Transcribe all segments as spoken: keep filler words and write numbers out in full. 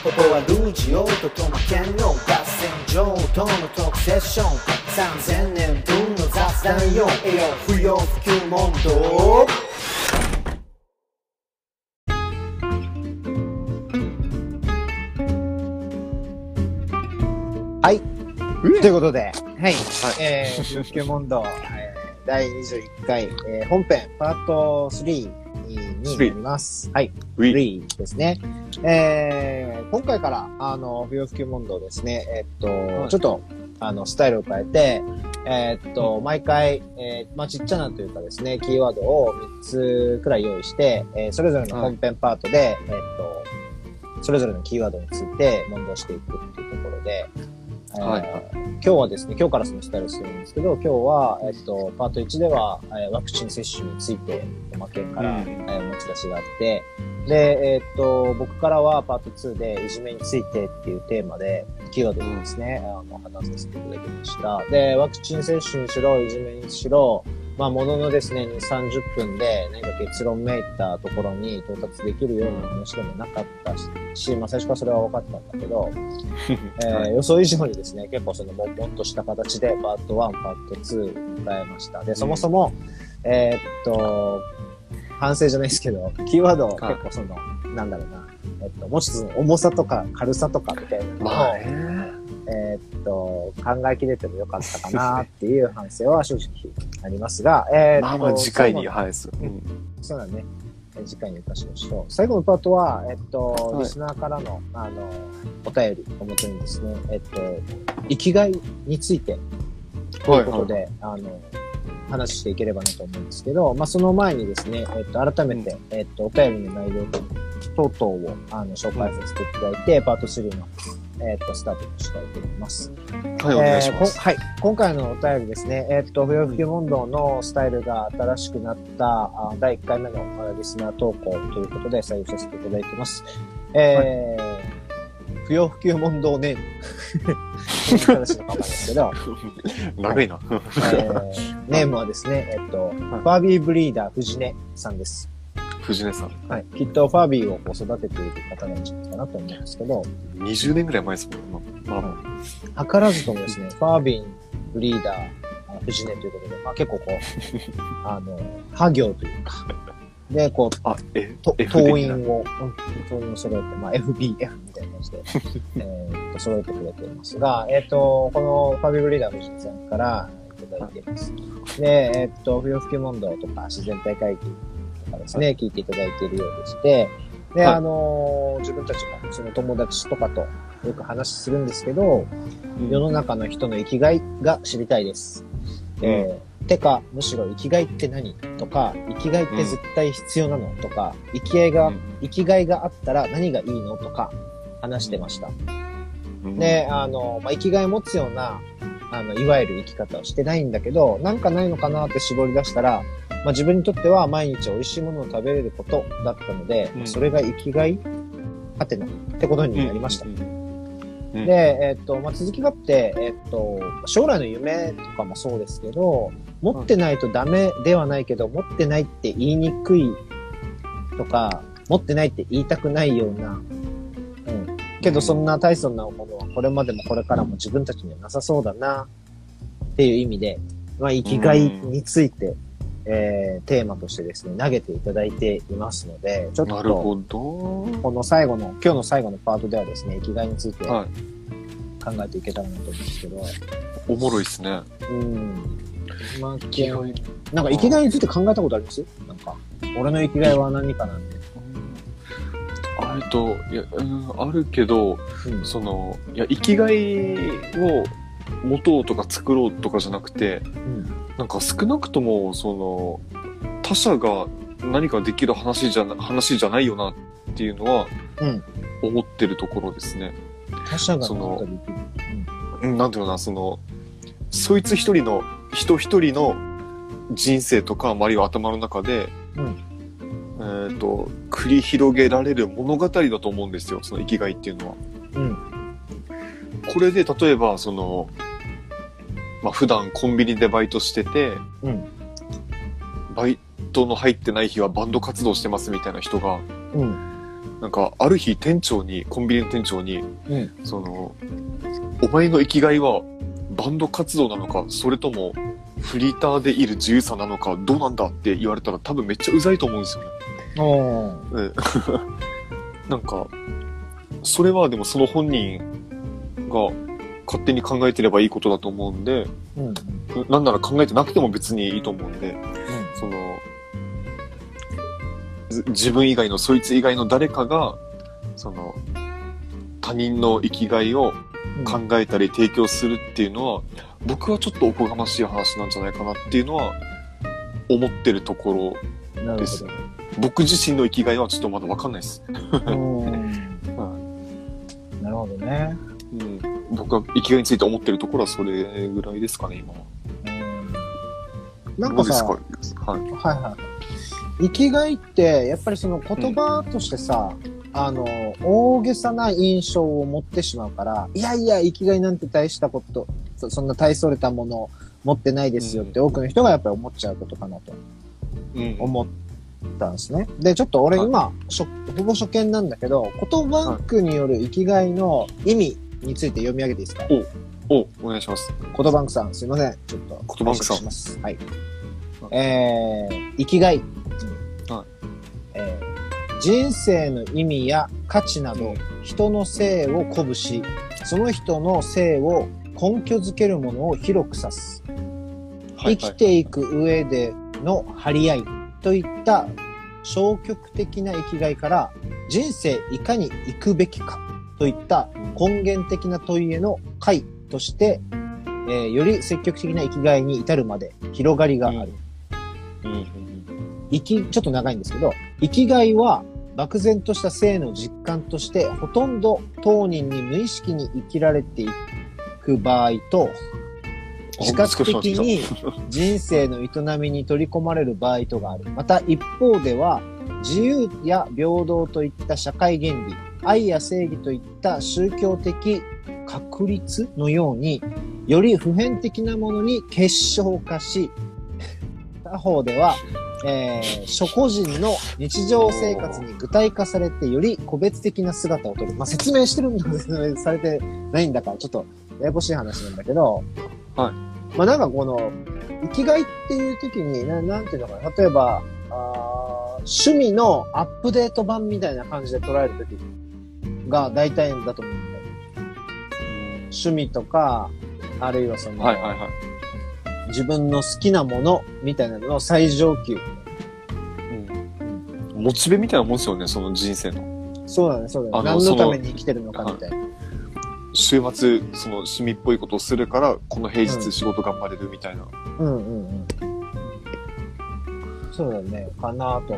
ここはルージオートとの兼用合戦場との特セッションさんぜんねんぶんの雑談よ栄養不要不急問答はいということで、はい、はい、えー、不要不急問答、えー、だいにじゅういっかい、えー、本編パートスリーになります。はい。スリーですね。えー、今回から、あの、不要不急問答ですね。えっと、はい、ちょっと、あの、スタイルを変えて、えー、っと、うん、毎回、えー、まあ、ちっちゃなというかですね、キーワードをみっつくらい用意して、えー、それぞれの本編パートで、はい、えー、っと、それぞれのキーワードについて問答していくっていうところで、はい、えー、今日はですね、今日からそのスタイルするんですけど、今日は、えっと、パートいちでは、えー、ワクチン接種について、おまけから、うん、えー、持ち出しがあって、で、えー、っと、僕からはパートツーでいじめについてっていうテーマで、キーワードをですね、あの、話させていただきました。で、ワクチン接種にしろ、いじめにしろ、まあ、もののですね、にじゅう、さんじゅっぷんで何か結論めいたところに到達できるような話でもなかったし、まあ、最初からそれは分かってたんだけど、えー、予想以上にですね、結構その、悶々とした形で、パートワン、パートツー迎えました。で、そもそも、うん、えー、っと、反省じゃないですけど、キーワードは結構その、なんだろうな、えっと、もうちょっと重さとか軽さとかみたいなのを、まあね、えー、っと、考えきれてもよかったかなっていう反省は正直ありますが、えー、っと、 まあまあ次回に反映する。 うん。そうだね。次回に生かしましょう。最後のパートは、えっと、はい、リスナーからの、あの、お便りをもとにですね、えっと、生きがいについて、ということで、はいはい、あの、話していければなと思うんですけど、まあ、その前にですね、えっと、改めて、うん、えっと、お便りの内容等々を、あの、紹介させていただいて、うん、パートスリーの、えっと、スタートしたいと思います。 はい、お願いします。 はい。今回のお便りですね、えっと、不要不急問答のスタイルが新しくなっただいいっかいめのリスナー投稿ということで採用させていただいています。えー、はい、不要不急問答ネーム。話のままですけど。 長いな。 えー、ネームはですね、えっと、はい、ファービーブリーダー藤根さんです。 藤根さん。 はい。きっとファービーをこう育てている方なんじゃないかなと思うんですけど。 にじゅうねんぐらい前ですもんね。まあまあ。図らずともですね、ファービーブリーダー藤根ということで、まあ結構こう、あの、派行というか、で、こう、 あ、え、 と党員を、うん、党員を揃えて、まあ エフビーエフ みたいな感じで、えー、と揃えてくれていますが、えっ、ー、と、このファービーブリーダー藤根さんからいただいています。で、えっ、ー、と、不要不急問答とか自然体会議とかですね、はい、聞いていただいているようでして、で、はい、あのー、自分たちがその友達とかとよく話するんですけど、うん、世の中の人の生きがいが知りたいです。うん、えー、てか、むしろ生きがいって何とか、生きがいって絶対必要なのとか、生きがいが、うん、生きがいがあったら何がいいのとか話してました。うん、で、あの、まあ、生きがい持つような、あの、いわゆる生き方をしてないんだけど、なんかないのかなって絞り出したら、まあ、自分にとっては毎日美味しいものを食べれることだったので、うん、それが生きがいはてなってことになりました。うんうん、で、えっと、まあ、続きがあって、えっと、将来の夢とかもそうですけど、持ってないとダメではないけど、持ってないって言いにくいとか、持ってないって言いたくないような、うん。けどそんな大層なものはこれまでもこれからも自分たちにはなさそうだな、っていう意味で、まあ、生きがいについて、えー、テーマとしてですね、投げていただいていますので、ちょっと、 なるほど。 この最後の、今日の最後のパートではですね、生きがいについて考えていけたらなと思うんですけど。はい、 おもろいですね。 うん。まあ、生きがい。なんか生きがいについて考えたことあります？なんか、俺の生きがいは何かなんて。 あると、いや、うん、あるけど、うん、その、いや、生きがいを持とうとか作ろうとかじゃなくて、うん、なんか少なくとも、その、他者が何かできる話じゃな、話じゃないよなっていうのは、思ってるところですね。 うん、他者が何かできる、 うん、なんていうのかな、その、そいつ一人の、人一人の人生とか、あるいは頭の中で、うん、えーと、繰り広げられる物語だと思うんですよ、その生きがいっていうのは。うん、これで例えばその、まあ、普段コンビニでバイトしてて、うん、バイトの入ってない日はバンド活動してますみたいな人が、うん、 なんかある日店長にコンビニの店長に、 うん、 そのお前の生きがいはバンド活動なのか、それともフリーターでいる自由さなのか、どうなんだって言われたら多分めっちゃうざいと思うんですよね。 おえなんかそれはでもその本人が勝手に考えてればいいことだと思うんで、 うん、 なんなら考えてなくても別にいいと思うんで、うん、その自分以外のそいつ以外の誰かがその他人の生きがいを考えたり提供するっていうのは、うん、僕はちょっとおこがましい話なんじゃないかなっていうのは思ってるところです。僕自身の生きがいはちょっとまだ分かんないです。 うん、なるほどね。 うん、僕が生きがいについて思ってるところはそれぐらいですかね、今は。 うん、なんかさ、 どうですか？はい、はいはい。生きがいってやっぱりその言葉としてさ、うん、あの大げさな印象を持ってしまうから、いやいや生きがいなんて大したこと、そ, そんな大それたもの持ってないですよって多くの人がやっぱり思っちゃうことかなと思ったんですね。で、ちょっと俺今、はい、ほぼ初見なんだけど、言葉バンクによる生きがいの意味について読み上げていいですか？ お、お、お願いします。 言葉バンクさん、すいません。ちょっと。 言葉バンクさん。 します。はい。えー、生きがい。 はい。 えー、人生の意味や価値など、人の性を鼓舞し、その人の性を根拠づけるものを広く指す。はいはい、生きていく上での張り合いといった消極的な生きがいから、人生いかに生くべきかといった根源的な問いへの解として、えー、より積極的な生きがいに至るまで広がりがある。うんうん、生き、ちょっと長いんですけど、生きがいは漠然とした性の実感としてほとんど当人に無意識に生きられていく場合と、自覚的に人生の営みに取り込まれる場合とがある。また一方では、自由や平等といった社会原理、愛や正義といった宗教的確立のように、より普遍的なものに結晶化し、他方では、えー、諸個人の日常生活に具体化されて、より個別的な姿をとる。まあ、説明してるんだけど、説明されてないんだから、ちょっとややこしい話なんだけど、 はい。 まあ、なんかこの、生きがいっていう時に、な、なんていうのかな、例えば、あ趣味のアップデート版みたいな感じで捉える時が大体だと思うんだよ。趣味とか、あるいはその、 はいはいはい、 自分の好きなものみたいなのの最上級。 うん。モチベみたいなもんですよね、その人生の。 そうだね、そうだね。何のために生きてるのかみたいな。 週末、その趣味っぽいことをするから、この平日仕事頑張れるみたいな。 うんうんうんうん。そうだね、かなと思って。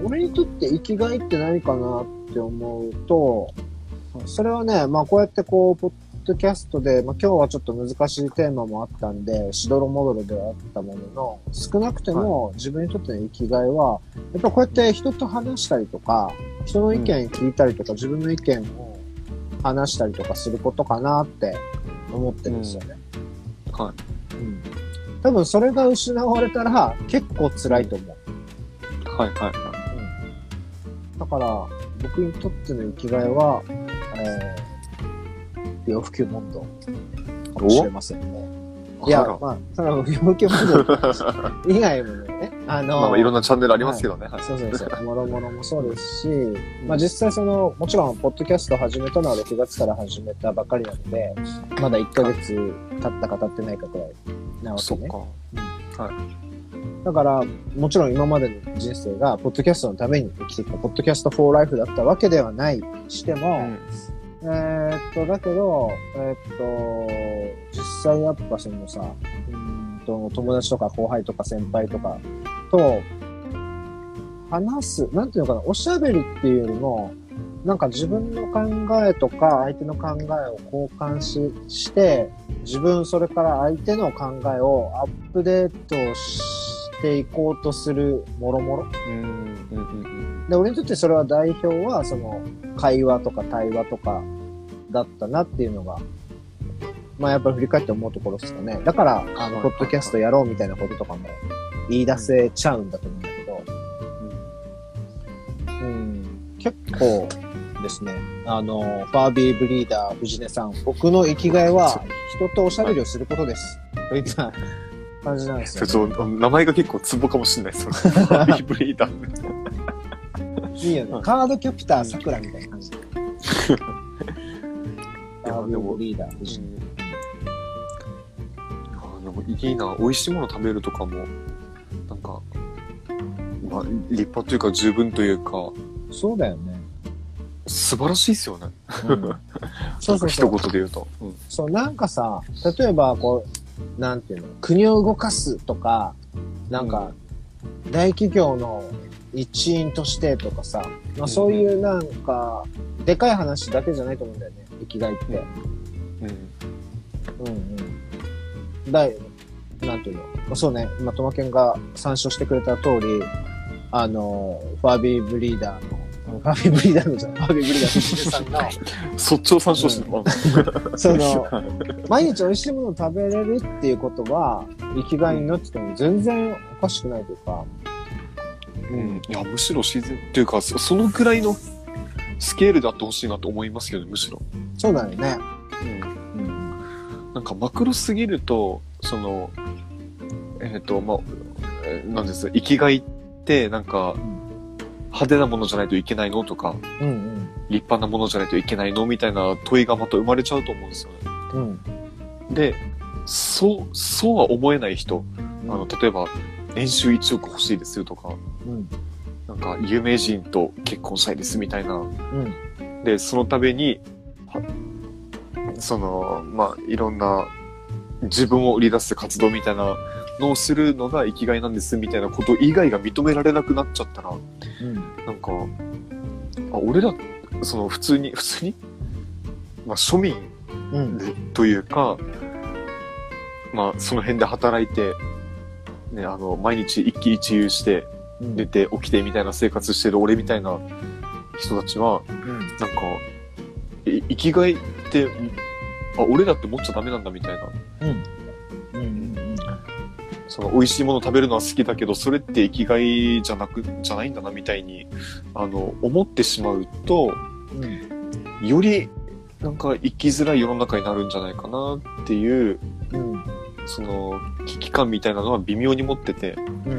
俺にとって生きがいって何かなって思うと、それはね、まあこうやってこう、ポッドキャストで、まあ今日はちょっと難しいテーマもあったんで、しどろもどろではあったものの、少なくても自分にとっての生きがいは、やっぱこうやって人と話したりとか、人の意見聞いたりとか、うん、自分の意見を話したりとかすることかなって思ってるんですよね。 うん、はい。 うん。多分それが失われたら結構辛いと思う。 うん、はいはいはい。 うん。だから僕にとっての生きがいは、えー、不要不急問答かもしれませんね。いや、まあ、その不要不急問答以外もね、あの、 まあ、いろんなチャンネルありますけどね。 はいはい、そうそうそう。もろもろもそうですし、まあ実際その、もちろん、ポッドキャストを始めたのはろくがつから始めたばかりなので、まだいっかげつ経ったか経ってないかくらいなわけね。 そっか。うん、はい。 だから、もちろん今までの人生が、ポッドキャストのために生きてきた、ポッドキャストフォーライフだったわけではないしても、うんえーっと、だけど、えーっと、実際やっぱそのさ、うんと、友達とか後輩とか先輩とかと話す、なんていうのかな、おしゃべりっていうよりも、なんか自分の考えとか相手の考えを交換し、して、自分それから相手の考えをアップデートしていこうとするもろもろ。で、俺にとってそれは代表は、その、会話とか対話とかだったなっていうのが、まあやっぱり振り返って思うところですかね。だから、あの、ポッドキャストやろうみたいなこととかも言い出せちゃうんだと思うんだけど、うん。うん、 結構ですね、あの、ファービーブリーダー藤根さん、僕の生きがいは人とおしゃべりをすることです。といった感じなんですよ、ね。 ちょっと名前が結構ツボかもしれないです。ファービーブリーダー。 いいよね。カードキャプターさくらみたいな感じで。ファービーブリーダー藤根。 でもいいな、美味しいもの食べるとかも、なんか、まあ、立派というか十分というか、 そうだよね。 素晴らしいですよね。 うん、そうそうそう。 一言で言うと、うん。 そう、なんかさ、例えばこう、なんていうの、国を動かすとか、なんか、大企業の一員としてとかさ、まあそういうなんか、でかい話だけじゃないと思うんだよね、生きがいって。うん。うんうん。だい、なんていうの、そうね、今、トマケンが参照してくれた通り、あの、ファービーブリーダーの、ファービーブリーダーのじゃない、ファービーブリーダーの藤根さんが、 そっちを参照してる、 うん、その、毎日美味しいものを食べれるっていうことは、生きがいになってても全然おかしくないというか、 うん、いや、むしろ自然っていうか、そのくらいのスケールであってほしいなと思いますけどね、むしろ。 そうだよね。 うん。うん、なんかマクロすぎると、その、えっと、まあ、なんです、生きがいって、なんか、派手なものじゃないといけないのとか、 うんうん、 立派なものじゃないといけないのみたいな問いがまた生まれちゃうと思うんですよね。うん、で、そう、そうは思えない人、うん、あの、例えば、年収いちおく欲しいですとか、うん、なんか、有名人と結婚したいですみたいな。うん、で、そのために、その、まあ、いろんな自分を売り出す活動みたいなのをするのが生きがいなんですみたいなこと以外が認められなくなっちゃったら、うん、なんか、あ、俺ら、その普通に、普通に、まあ庶民というか、うん、まあその辺で働いて、ね、あの、毎日一喜一憂して、寝て起きてみたいな生活してる俺みたいな人たちは、うん、なんか、え、生きがいって、あ、俺らって持っちゃダメなんだみたいな。うんうんうん、その美味しいもの食べるのは好きだけど、それって生きがいじゃなく、じゃないんだなみたいに、あの、思ってしまうと、うん、より、なんか生きづらい世の中になるんじゃないかなっていう、うん、その、危機感みたいなのは微妙に持ってて、うん、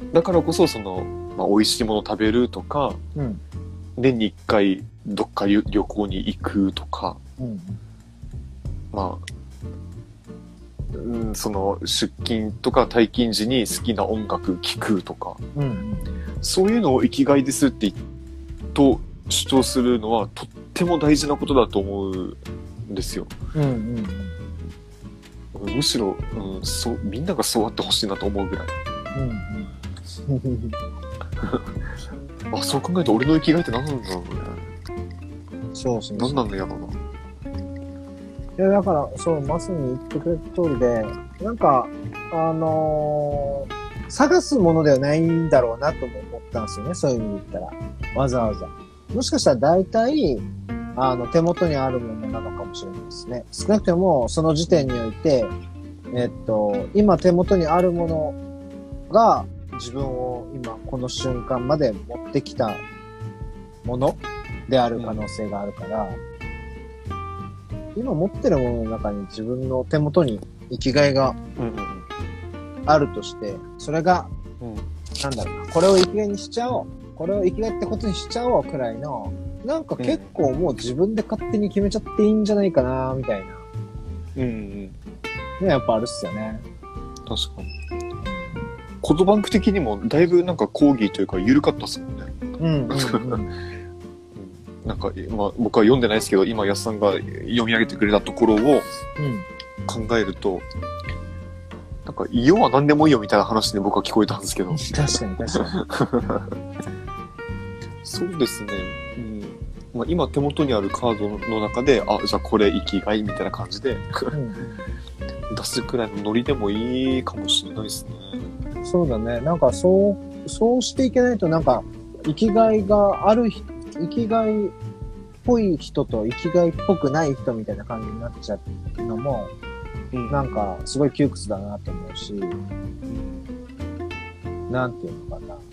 だからこそ、その、まあ、美味しいもの食べるとか、うん、年に一回どっか旅行に行くとか、うん、まあ、うん、その出勤とか退勤時に好きな音楽聴くとか、うんうん、そういうのを生きがいですってと主張するのはとっても大事なことだと思うんですよ。うんうんうん、むしろ、うん、そうみんながそうあってほしいなと思うぐらい。うんうん、あ、そう考えると俺の生きがいって何なんだろうね。 そうそうそう。 何なんだやろうな。 いや、だから、そう、まさに言ってくれた通りで、なんか、あのー、探すものではないんだろうなとも思ったんですよね、そういう意味で言ったら。わざわざ。もしかしたら大体、あの、手元にあるものなのかもしれないですね。少なくても、その時点において、えっと、今手元にあるものが、自分を今、この瞬間まで持ってきたものである可能性があるから、うん、今持ってるものの中に自分の手元に生きがいがあるとして、それが、うん、なんだろうな、これを生きがいにしちゃおう、これを生きがいってことにしちゃおうくらいの、なんか結構もう自分で勝手に決めちゃっていいんじゃないかな、みたいな。うんうん。ね、やっぱあるっすよね。 確かに。コードバンク的にもだいぶなんか講義というか緩かったっすもんね。うんうんうん。なんか、まあ、僕は読んでないですけど、今、安さんが読み上げてくれたところを考えると、うん、なんか、要は何でもいいよみたいな話で僕は聞こえたんですけど。 確かに確かに。 そうですね。うん、まあ、今手元にあるカードの中で、あ、じゃあこれ生きがいみたいな感じで、うん、出すくらいのノリでもいいかもしれないですね。 そうだね。なんか、そう、そうしていけないと、なんか、生きがいがある人、生きがいっぽい人と生きがいっぽくない人みたいな感じになっちゃうのも、うん、なんかすごい窮屈だなと思うし、うん、なんていうのかな。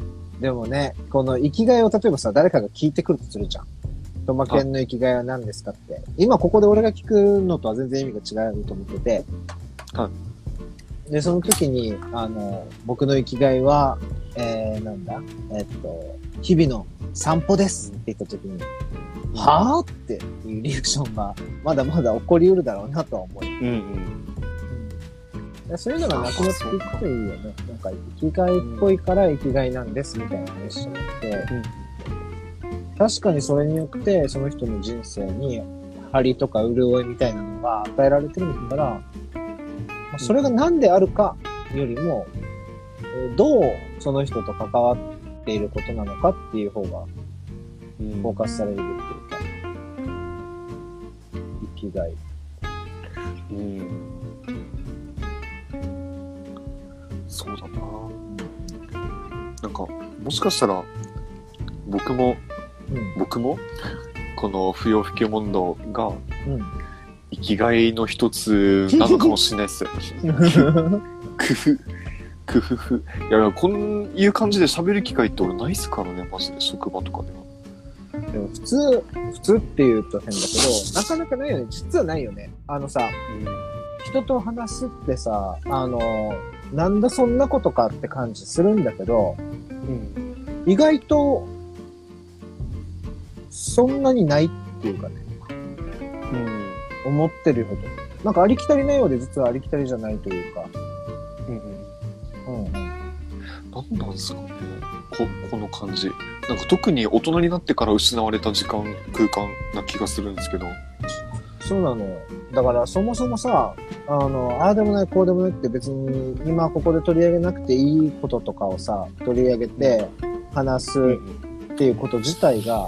でもね、この生きがいを例えばさ、誰かが聞いてくるとするじゃん。トマケンの生きがいは何ですかって。今ここで俺が聞くのとは全然意味が違うと思ってて。 はい。 で、その時に、あの、僕の生きがいは、えー、なんだえっと、日々の散歩ですって言った時に、はぁっていうリアクションがまだまだ起こりうるだろうなとは思う。 うんうん。 うん、そういうのがなくなっていくといいよね。なんか生きがいっぽいから生きがいなんですみたいな話じゃなくて、うん、確かにそれによってその人の人生に張りとか潤いみたいなのが与えられてるんだから、まあ、それが何であるかよりも、どうその人と関わっていることなのかっていう方がフォーカスされるっていうか、生きがい。 うん。そうだな。なんか、もしかしたら、僕も、うん、僕も、この不要不急問答が、生きがいの一つなのかもしれないですよ。工夫。工夫。いやいや、こういう感じで喋る機会って俺ないっすからね、マジで、職場とかでは。 でも普通、普通って言うと変だけど、なかなかないよね。実はないよね。あのさ、うん、人と話すってさ、あの、なんだそんなことかって感じするんだけど、うん、意外と、そんなにないっていうかね、うん、思ってるほど。なんかありきたりなようで実はありきたりじゃないというか。うんうんうん、 なんなんですかね、こ、この感じ。なんか特に大人になってから失われた時間、空間な気がするんですけど。 そうなのよ。だからそもそもさ、あの、ああでもないこうでもないって別に今ここで取り上げなくていいこととかをさ、取り上げて話すっていうこと自体が、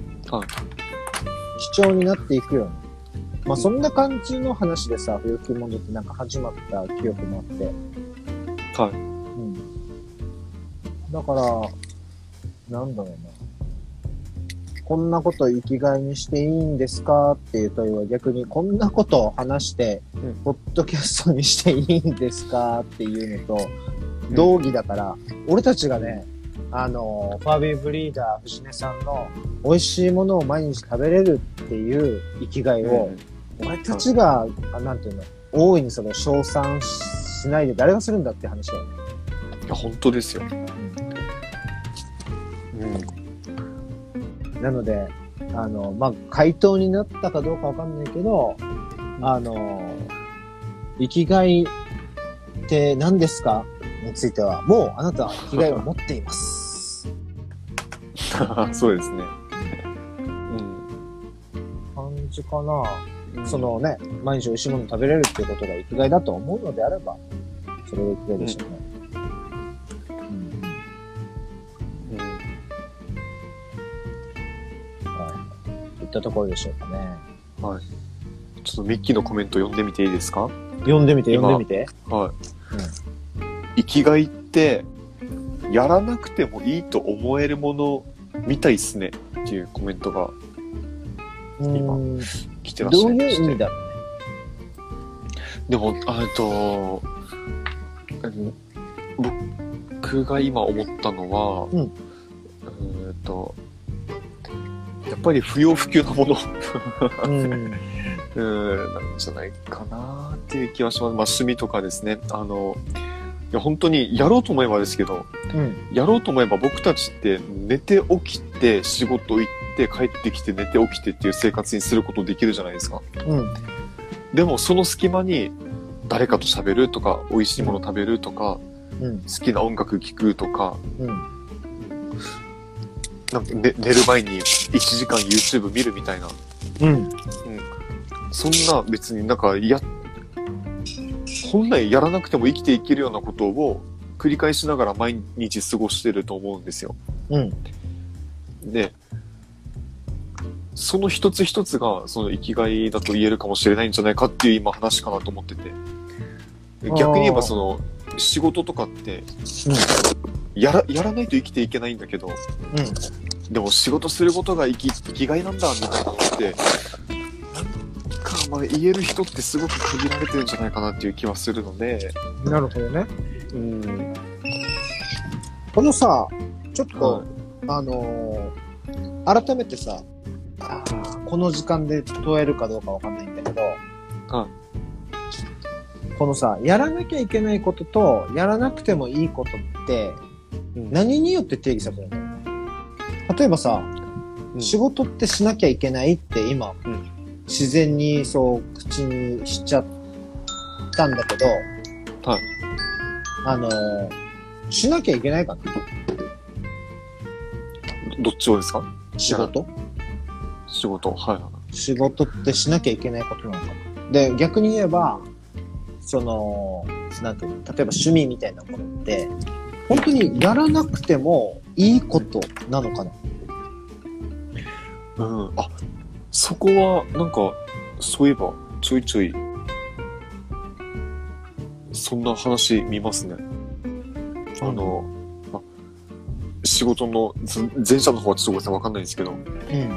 貴重になっていくよね。まあそんな感じの話でさ、不要不急問答ってなんか始まった記憶もあって。 はい。うん。 だから、なんだろうな。こんなこと生きがいにしていいんですかっていう問いは逆にこんなことを話して、うん、ポッドキャストにしていいんですかっていうのと、同義だから、うん、俺たちがね、あの、ファービーブリーダー藤根さんの美味しいものを毎日食べれるっていう生きがいを、うん、俺たちが、あ、なんていうの、大いにその称賛しないで誰がするんだって話だよね。 いや、本当ですよ。うん。 うん、なので、あの、まあ、回答になったかどうかわかんないけど、あの、生きがいって何ですかについては、もうあなたは生きがいを持っています。 そうですね。 うん。感じかな。うん、そのね、毎日美味しいもの食べれるっていうことが生きがいだと思うのであれば、それが生きがいでしょうね。うんうんうん、はい。といったところでしょうかね。 はい。ちょっとミッキーのコメント読んでみていいですか？ 読んでみて、読んでみて。 はい。うん、生きがいってやらなくてもいいと思えるものみたいっすねっていうコメントが今来てらっしゃいまして。どういう意味だろうね。でもあと僕が今思ったのは、うん、えっとやっぱり不要不急なものうんうんなんじゃないかなっていう気はします。まあ趣味とかですね。あのいや本当にやろうと思えばですけど、うん、やろうと思えば僕たちって寝て起きて仕事行って帰ってきて寝て起きてっていう生活にすることできるじゃないですか。うん、でもその隙間に誰かと喋るとか美味しいもの食べるとか、うん、好きな音楽聴くとか、うん、なんか、ね、寝る前にいちじかん YouTube 見るみたいな、うんうん、そんな別になんかや本来やらなくても生きていけるようなことを繰り返しながら毎日過ごしてると思うんですよ。うん、で、その一つ一つがその生きがいだと言えるかもしれないんじゃないかっていう今話かなと思ってて。逆に言えばその仕事とかって、うん、やら、やらないと生きていけないんだけど、うん、でも仕事することが生き、生きがいなんだみたいなのって、まあ、言える人ってすごく限られてるんじゃないかなっていう気はするので。 なるほどね。うん。このさ、 ちょっと、はい、あのー、改めてさ、あこの時間で問えるかどうかわかんないんだけど、はい、このさ、やらなきゃいけないことと、やらなくてもいいことって、何によって定義されてるの？例えばさ、うん、仕事ってしなきゃいけないって今、うん、自然にそう口にしちゃったんだけど、はい、あのー、しなきゃいけないかな？ どっちをですか？ 仕事？ 仕事、はいはい。 仕事ってしなきゃいけないことなのかな。で、逆に言えば、その、なんていうの、例えば趣味みたいなものって、本当にやらなくてもいいことなのかな。 うん、あ、そこは、なんか、そういえば、ちょいちょい、そんな話見ますね。あの、うん、あ仕事の前者の方はちょっとわかんないんですけど、うん、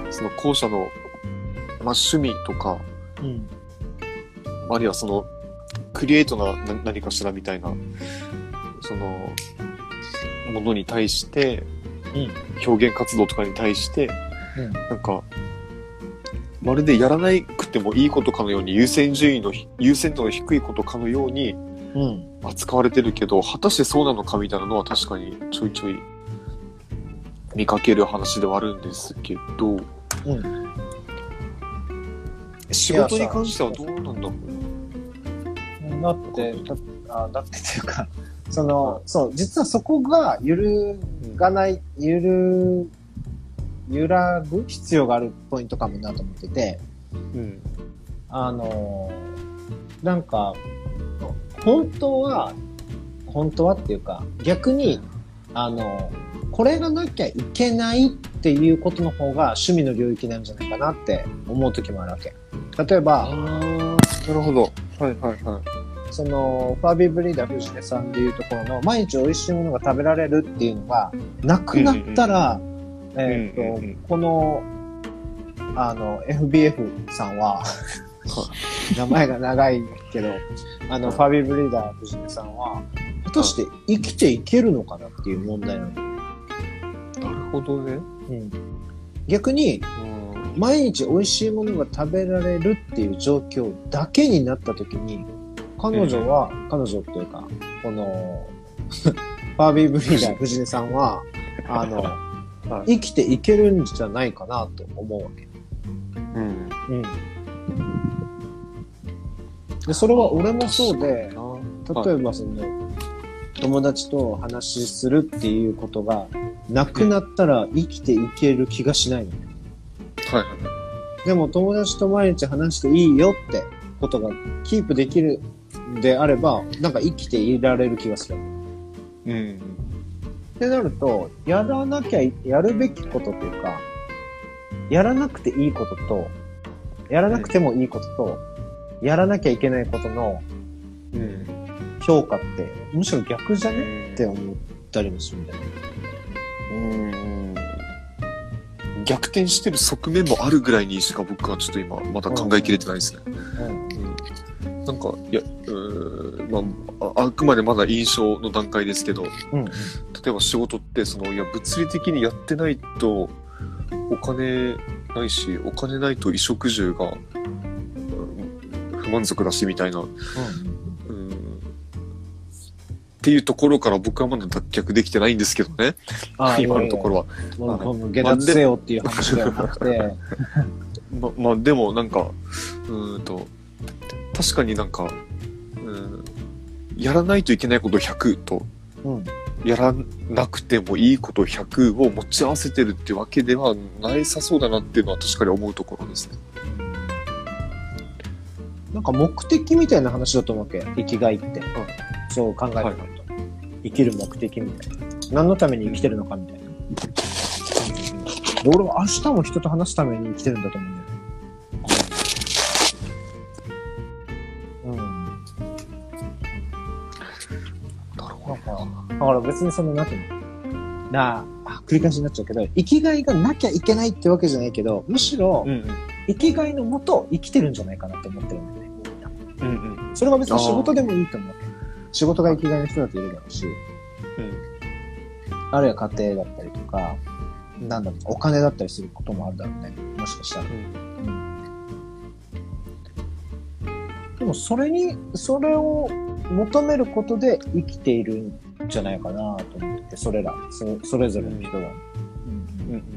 その後者の、まあ、趣味とか、うん、あるいはそのクリエイトな何かしらみたいなそのものに対して、うん、表現活動とかに対して、うん、なんかまるでやらなくてもいいことかのように優先順位の優先度の低いことかのように扱われてるけど、果たしてそうなのかみたいなのは確かにちょいちょい見かける話ではあるんですけど、うん、仕事に関してはどうなんだろう。 だってだ、だってっていうかそのそう実はそこが揺るがない、揺る揺らぐ必要があるポイントかもなと思ってて、うん、あのなんか本当は本当はっていうか逆にあのこれがなきゃいけないっていうことの方が趣味の領域なんじゃないかなって思う時もあるわけ。例えば、 あー、なるほど。はいはいはい。 そのファービーブリーダー藤根さんでいうところの毎日美味しいものが食べられるっていうのがなくなったら、うんうんうん、えっと、うんうんうん、このあの エフビーエフ さんは名前が長いけど、あの、うん、ファービーブリーダー藤根さんは果たして生きていけるのかなっていう問題なの。 なるほどね。 うん、逆に、うん、毎日美味しいものが食べられるっていう状況だけになった時に、彼女は、うん、彼女っていうか、このファービーブリーダー藤根さんは、あの、はい、生きていけるんじゃないかなと思うわけ。うん。うん。で、それは俺もそうで、例えばその、はい、友達と話しするっていうことがなくなったら生きていける気がしないのね。はいはい。でも友達と毎日話していいよってことがキープできるであれば、なんか生きていられる気がする。うん。ってなると、やらなきゃ、やるべきことというか、やらなくていいことと、やらなくてもいいことと、うん、やらなきゃいけないことの、うん、評価って、むしろ逆じゃね、うん、って思ったりもするんだよね。 うん。逆転してる側面もあるぐらいにしか僕はちょっと今、まだ考えきれてないですね。うんうんうん、なんか、いや、うーまあ、あくまでまだ印象の段階ですけど、うんうん、例えば仕事って、その、いや、物理的にやってないと、お金ないし、お金ないと衣食住が、うん、不満足だし、みたいな、うんうん、っていうところから僕はまだ脱却できてないんですけどね。今のところは。 まあ、下脱せよっていう話ではなくて。 ま、まあ、でもなんか、うーんと、確かになんか、うん、やらないといけないことひゃくと、うん、やらなくてもいいことひゃくを持ち合わせてるってわけではないさそうだなっていうのは確かに思うところですね。 なんか目的みたいな話だと思うわけ、生きがいって。うん、そう考えてみると、はい。生きる目的みたいな。何のために生きてるのかみたいな。うん、俺は明日も人と話すために生きてるんだと思うんだよね。だから別にその、なんていうのなあ、繰り返しになっちゃうけど、生きがいがなきゃいけないってわけじゃないけど、むしろ、うんうん、生きがいのもと生きてるんじゃないかなって思ってるんだよね、みんな。うんうん、それが別に仕事でもいいと思う。仕事が生きがいの人だっているだろうし。うん、 あるいは家庭だったりとか、なんだろう、お金だったりすることもあるだろうね。もしかしたら。うん、でもそれに、それを求めることで生きているんじゃないかなと思って、それら、そ, それぞれの人は。うんうんうん、なる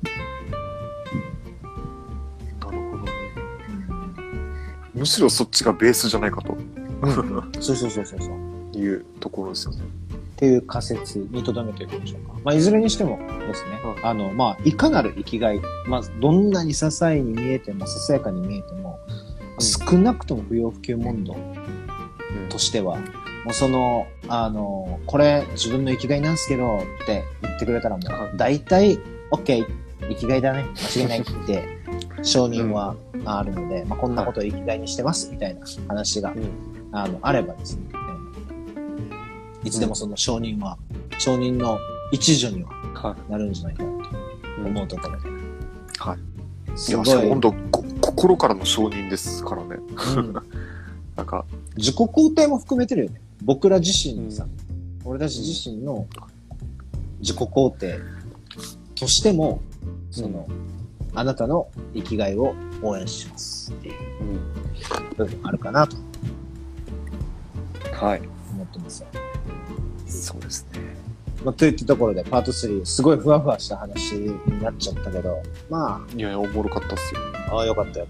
ほどね、うん。むしろそっちがベースじゃないかと。 うん、そうそうそうそう。 いうところですよね。 っていう仮説にとどめておきましょうか。まあ、いずれにしてもですね、うん、あの、まあ、いかなる生きがい、まず、どんなに些細に見えても、ささやかに見えても、うん、少なくとも不要不急問答としては、うん、もうその、あの、これ自分の生きがいなんですけどって言ってくれたらもう、大体、OK、生きがいだね、間違いないって承認はあるので、うん、まあ、こんなことを生きがいにしてますみたいな話が、うん、あの、あればですね、いつでもその承認は、うん、承認の一助にはなるんじゃないかなと思うところで。 はい。すごい。いや、本当心からの承認ですからね。うん、なんか自己肯定も含めてるよね。僕ら自身にさ、うん、俺たち自身の自己肯定としても、その、うん、あなたの生きがいを応援しますっていう部分あるかなと。 はい。 思ってますよ。 そうですね。 まあ、といったところでパートスリー、すごいふわふわした話になっちゃったけど、まあ。いやいや、おもろかったっすよ。 ああ、よかったよ。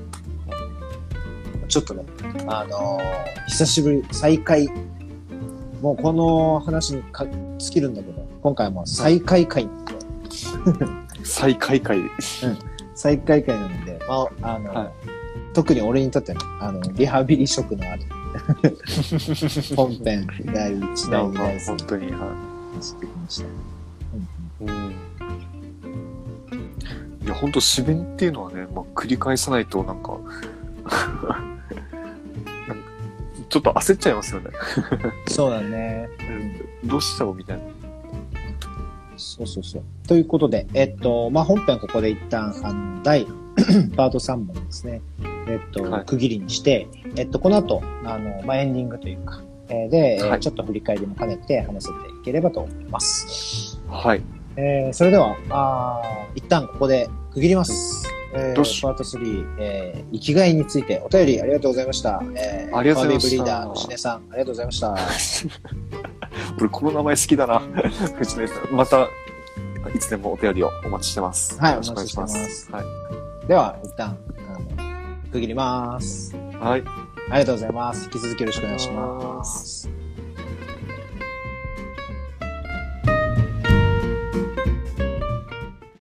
ちょっとね、あのー、久しぶり、再会。もうこの話にか尽きるんだけど、今回はもう再会会なんで。 再会会。うん。 再会会なので、まあ、あのーはい、特に俺にとってね、あの、リハビリ職のある。本編だいいちだいにだいさん本当にはいしてきました。 うん。うん、いや本当詩弁っていうのはね、まあ、繰り返さないとなんかちょっと焦っちゃいますよね。 そうだね。 どうしちゃおうみたいな。 そうそうそう。ということで、えっとまあ本編ここで一旦あの第パートさんぼんですね。えっと、はい、区切りにして、えっと、この後、あの、まあ、エンディングというか、えー、で、はい、ちょっと振り返りも兼ねて話せていければと思います。 はい。 えー、それでは、あ一旦ここで区切ります。えー、パートスリー、えー、生きがいについてお便りありがとうございました。 えー、ありがとうございました。 ファービーブリーダー、藤根さん、ありがとうございました。 俺、この名前好きだな。藤根さん。また、いつでもお便りをお待ちしてます。 はい、よろしくお願いします。はい。では、一旦、区切ります。 はい。 ありがとうございます。引き続きよろしくお願いします。